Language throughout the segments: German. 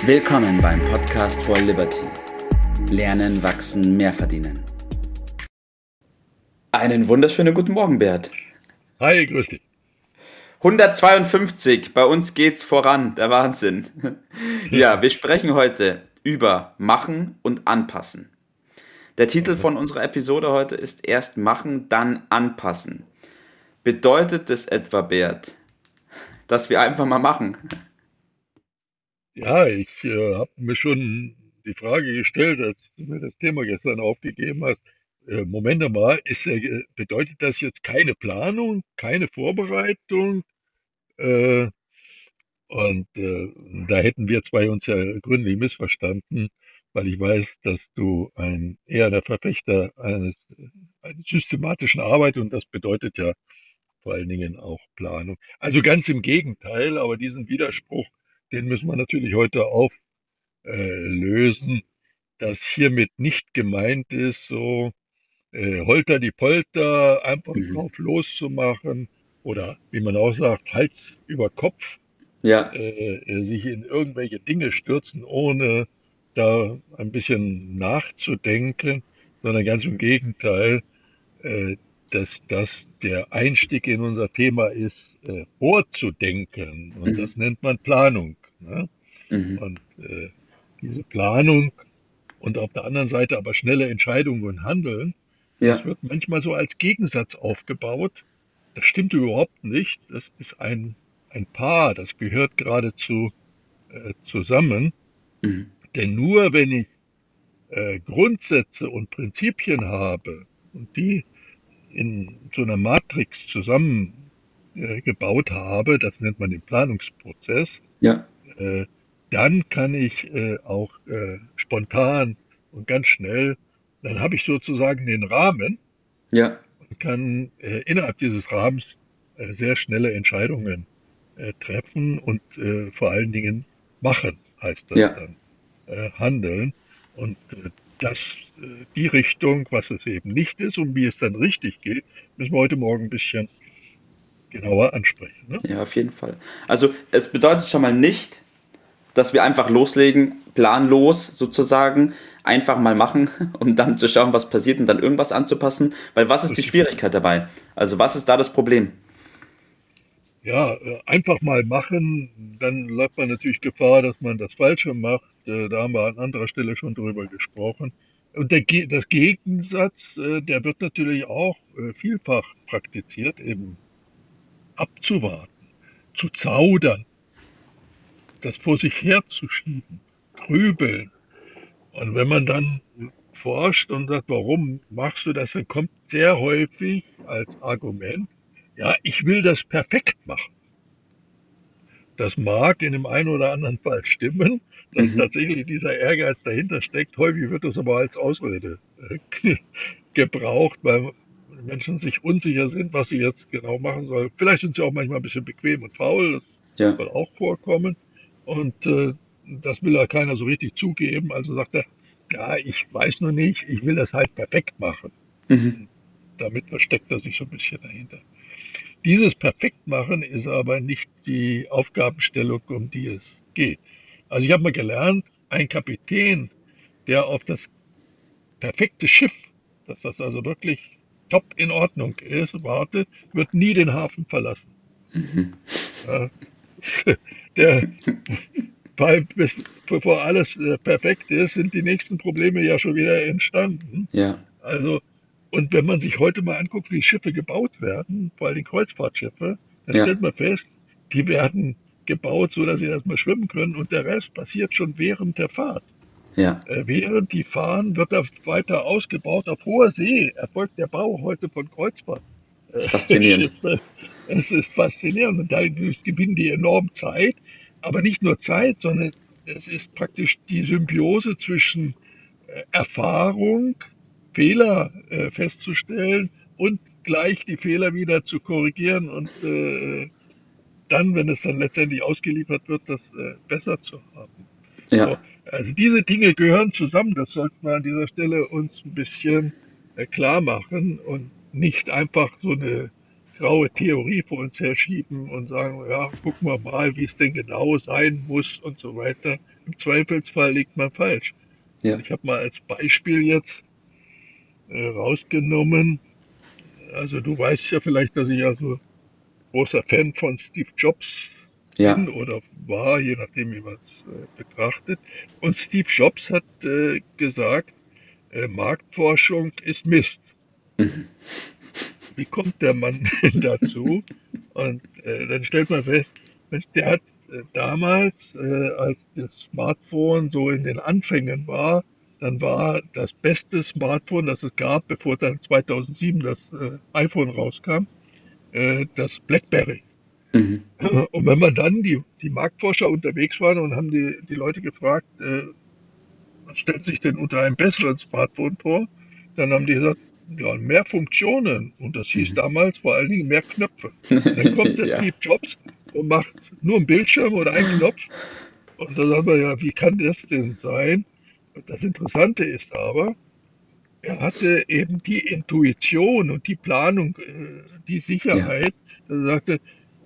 Willkommen beim Podcast for Liberty. Lernen, wachsen, mehr verdienen. Einen wunderschönen guten Morgen, Bert. Hi, grüß dich. 152, bei uns geht's voran, der Wahnsinn. Ja, wir sprechen heute über Machen und Anpassen. Der Titel von unserer Episode heute ist erst machen, dann anpassen. Bedeutet das etwa, Bert, dass wir einfach mal machen? Ja, ich habe mir schon die Frage gestellt, als du mir das Thema gestern aufgegeben hast. Moment mal, bedeutet das jetzt keine Planung, keine Vorbereitung? Äh, und da hätten wir zwei uns ja gründlich missverstanden, weil ich weiß, dass du eher der Verfechter einer systematischen Arbeit, und das bedeutet ja vor allen Dingen auch Planung. Also ganz im Gegenteil, aber diesen Widerspruch, den müssen wir natürlich heute auflösen, dass hiermit nicht gemeint ist, so holter die Polter, einfach Mhm. drauf loszumachen oder wie man auch sagt, Hals über Kopf, Ja, sich in irgendwelche Dinge stürzen, ohne da ein bisschen nachzudenken, sondern ganz im Gegenteil, äh, dass das der Einstieg in unser Thema ist, vorzudenken. Und mhm. das nennt man Planung. Ne? Mhm. Und diese Planung und auf der anderen Seite aber schnelle Entscheidungen und Handeln, das Ja, wird manchmal so als Gegensatz aufgebaut. Das stimmt überhaupt nicht. Das ist ein Paar, das gehört geradezu zusammen. mhm. Denn nur wenn ich Grundsätze und Prinzipien habe und die in so einer Matrix zusammengebaut habe, das nennt man den Planungsprozess, Ja, äh, dann kann ich auch spontan und ganz schnell, dann habe ich sozusagen den Rahmen ja, und kann innerhalb dieses Rahmens sehr schnelle Entscheidungen treffen und vor allen Dingen machen, heißt das ja. dann, handeln. Und die Richtung, was es eben nicht ist und wie es dann richtig geht, müssen wir heute Morgen ein bisschen genauer ansprechen. Ne? Ja, auf jeden Fall. Also es bedeutet schon mal nicht, dass wir einfach loslegen, planlos sozusagen, einfach mal machen, um dann zu schauen, was passiert und dann irgendwas anzupassen. Weil was ist die Das ist Schwierigkeit dabei? Also was ist da das Problem? Ja, einfach mal machen, dann läuft man natürlich Gefahr, dass man das Falsche macht. Da haben wir an anderer Stelle schon drüber gesprochen. Und das Gegensatz, der wird natürlich auch vielfach praktiziert, eben abzuwarten, zu zaudern, das vor sich herzuschieben, grübeln. Und wenn man dann forscht und sagt, warum machst du das, dann kommt sehr häufig als Argument, ja, ich will das perfekt machen. Das mag in dem einen oder anderen Fall stimmen, dass Mhm. tatsächlich dieser Ehrgeiz dahinter steckt. Häufig wird das aber als Ausrede gebraucht, weil Menschen sich unsicher sind, was sie jetzt genau machen sollen. Vielleicht sind sie auch manchmal ein bisschen bequem und faul, das Ja. soll auch vorkommen. Und das will ja keiner so richtig zugeben. Also sagt er, ja, ich weiß nur nicht, ich will das halt perfekt machen. Mhm. Und damit versteckt er sich so ein bisschen dahinter. Dieses Perfektmachen ist aber nicht die Aufgabenstellung, um die es geht. Also ich habe mal gelernt, ein Kapitän, der auf das perfekte Schiff, dass das also wirklich top in Ordnung ist, wartet, wird nie den Hafen verlassen. Ja, der, weil bevor alles perfekt ist, sind die nächsten Probleme ja schon wieder entstanden. Ja. Also, und wenn man sich heute mal anguckt, wie Schiffe gebaut werden, vor allem Kreuzfahrtschiffe, dann Ja. stellt man fest, die werden gebaut, so dass sie erstmal schwimmen können und der Rest passiert schon während der Fahrt. Ja. Während die fahren, wird das weiter ausgebaut. Auf hoher See erfolgt der Bau heute von Das ist faszinierend. Kreuzfahrtschiffen. Es ist faszinierend und dadurch gewinnen die enorm Zeit, aber nicht nur Zeit, sondern es ist praktisch die Symbiose zwischen Erfahrung, Fehler festzustellen und gleich die Fehler wieder zu korrigieren und dann, wenn es dann letztendlich ausgeliefert wird, das besser zu haben. So, Ja. also diese Dinge gehören zusammen. Das sollten wir an dieser Stelle uns ein bisschen klar machen und nicht einfach so eine graue Theorie vor uns herschieben und sagen, ja, gucken wir mal, wie es denn genau sein muss und so weiter. im Zweifelsfall liegt man falsch. Und Ja. ich habe mal als Beispiel jetzt rausgenommen, also du weißt ja vielleicht, dass ich also großer Fan von Steve Jobs bin Ja. oder war, je nachdem, wie man es betrachtet. Und Steve Jobs hat gesagt, Marktforschung ist Mist. Mhm. Wie kommt der Mann dazu? Und dann stellt man fest, Mensch, der hat damals, als das Smartphone so in den Anfängen war, dann war das beste Smartphone, das es gab, bevor dann 2007 das iPhone rauskam, das BlackBerry. Mhm. Und wenn man dann die Marktforscher unterwegs waren und haben die Leute gefragt, was stellt sich denn unter einem besseren Smartphone vor, dann haben die gesagt, ja, mehr Funktionen. Und das hieß Mhm. damals vor allen Dingen mehr Knöpfe. Und dann kommt der Ja. Steve Jobs und macht nur einen Bildschirm oder einen Knopf. Und da sagen wir ja, wie kann das denn sein? Und das Interessante ist aber, er hatte eben die Intuition und die Planung, die Ja. Sicherheit, dass er sagte,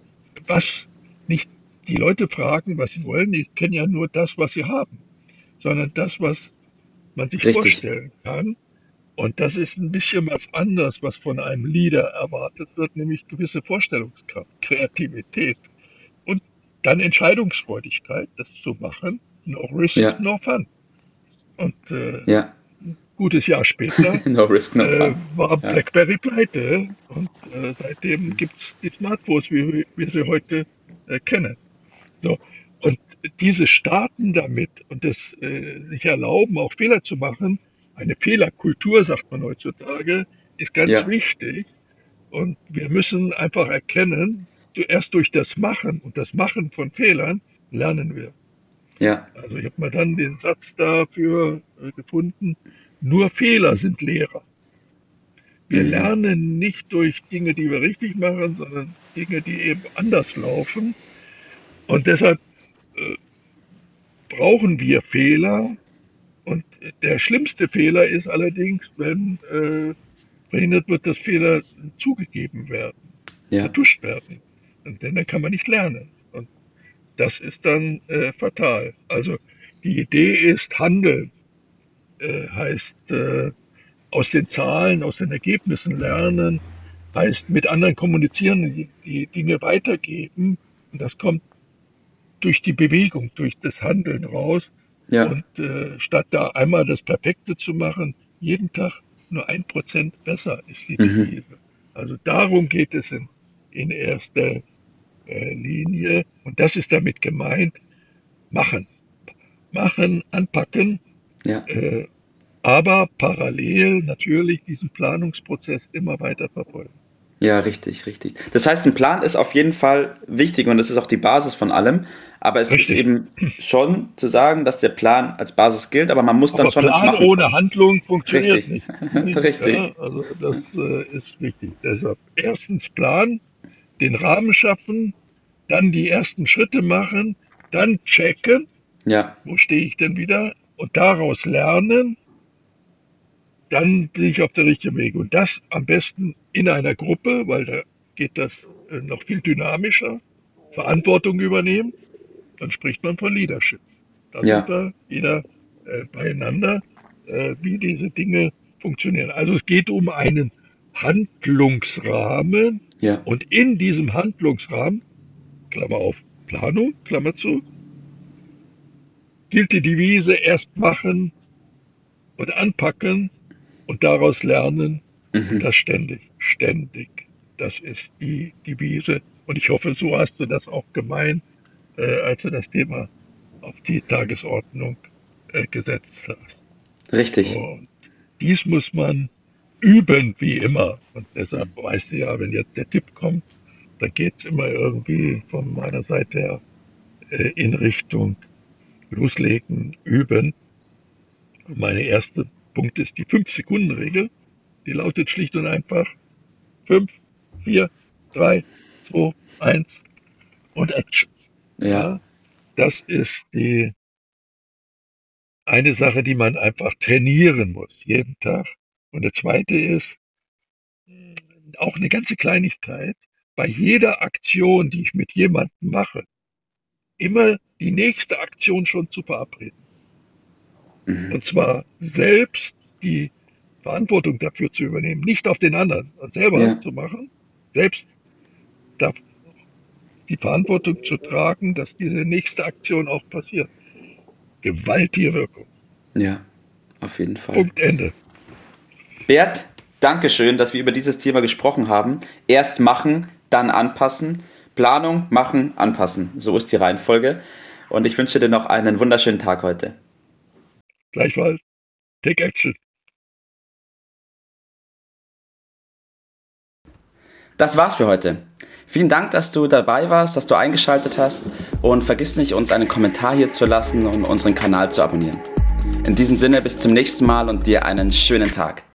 was nicht die Leute fragen, was sie wollen, die kennen ja nur das, was sie haben, sondern das, was man sich Richtig. vorstellen kann. Und das ist ein bisschen was anderes, was von einem Leader erwartet wird, nämlich gewisse Vorstellungskraft, Kreativität und dann Entscheidungsfreudigkeit, das zu machen. No risk, Ja. no fun. Und Ja. ein gutes Jahr später No risk, no fun. war Ja. BlackBerry pleite und seitdem gibt es die Smartphones, wie wir sie heute kennen. So. Und diese starten damit und das sich erlauben, auch Fehler zu machen, eine Fehlerkultur, sagt man heutzutage, ist ganz Ja. wichtig. Und wir müssen einfach erkennen, erst durch das Machen und das Machen von Fehlern lernen wir. Ja. Also ich habe mal dann den Satz dafür gefunden, nur Fehler sind Lehrer. Wir Mhm. lernen nicht durch Dinge, die wir richtig machen, sondern Dinge, die eben anders laufen. Und deshalb äh, brauchen wir Fehler. Und der schlimmste Fehler ist allerdings, wenn verhindert wird, dass Fehler zugegeben werden, Ja. vertuscht werden. Und denn dann kann man nicht lernen. Und das ist dann fatal. Also die Idee ist, Handeln heißt aus den Zahlen, aus den Ergebnissen lernen, heißt mit anderen kommunizieren, die Dinge weitergeben. Und das kommt durch die Bewegung, durch das Handeln raus. Ja. Und statt da einmal das Perfekte zu machen, jeden Tag nur 1% besser ist die Mhm. Devise. Also darum geht es in erster Linie. Und das ist damit gemeint, machen. Machen, anpacken, Ja. äh, aber parallel natürlich diesen Planungsprozess immer weiter verfolgen. Ja, richtig, richtig. Das heißt, ein Plan ist auf jeden Fall wichtig und das ist auch die Basis von allem. Aber es ist Richtig. eben schon zu sagen, dass der Plan als Basis gilt, aber man muss dann Aber schon ins Plan Machen ohne kommen. Handlung funktioniert Richtig. nicht. Nicht? Ja, Richtig. also das ist wichtig. Deshalb erstens Plan, den Rahmen schaffen, dann die ersten Schritte machen, dann checken, Ja. wo stehe ich denn wieder und daraus lernen, dann bin ich auf der richtigen Weg. Und das am besten in einer Gruppe, weil da geht das noch viel dynamischer. Verantwortung übernehmen, dann spricht man von Leadership. Da sind Ja. wir wieder beieinander, wie diese Dinge funktionieren. Also es geht um einen Handlungsrahmen Ja. und in diesem Handlungsrahmen, Klammer auf, Planung, Klammer zu, gilt die Devise erst machen und anpacken und daraus lernen und Mhm. das ständig, ständig. Das ist die Devise und ich hoffe, so hast du das auch gemeint, als du das Thema auf die Tagesordnung gesetzt hast. Richtig. Und dies muss man üben, wie immer. Und deshalb weißt du ja, wenn jetzt der Tipp kommt, dann geht es immer irgendwie von meiner Seite her in Richtung loslegen, üben. Und mein erster Punkt ist die 5-Sekunden-Regel. Die lautet schlicht und einfach 5, 4, 3, 2, 1 und Action. Ja. Ja, das ist die eine Sache, die man einfach trainieren muss, jeden Tag. Und der zweite ist auch eine ganze Kleinigkeit. Bei jeder Aktion, die ich mit jemandem mache, immer die nächste Aktion schon zu verabreden. Und zwar selbst die Verantwortung dafür zu übernehmen, nicht auf den anderen, selber zu machen, selbst die Verantwortung zu tragen, dass diese nächste Aktion auch passiert. Gewaltige Wirkung. Ja, auf jeden Fall. Punkt, Ende. Bert, Dankeschön, dass wir über dieses Thema gesprochen haben. Erst machen, dann anpassen. Planung, machen, anpassen. So ist die Reihenfolge. Und ich wünsche dir noch einen wunderschönen Tag heute. Gleichfalls. Take action. Das war's für heute. Vielen Dank, dass du dabei warst, dass du eingeschaltet hast und vergiss nicht, uns einen Kommentar hier zu lassen und unseren Kanal zu abonnieren. In diesem Sinne, bis zum nächsten Mal und dir einen schönen Tag.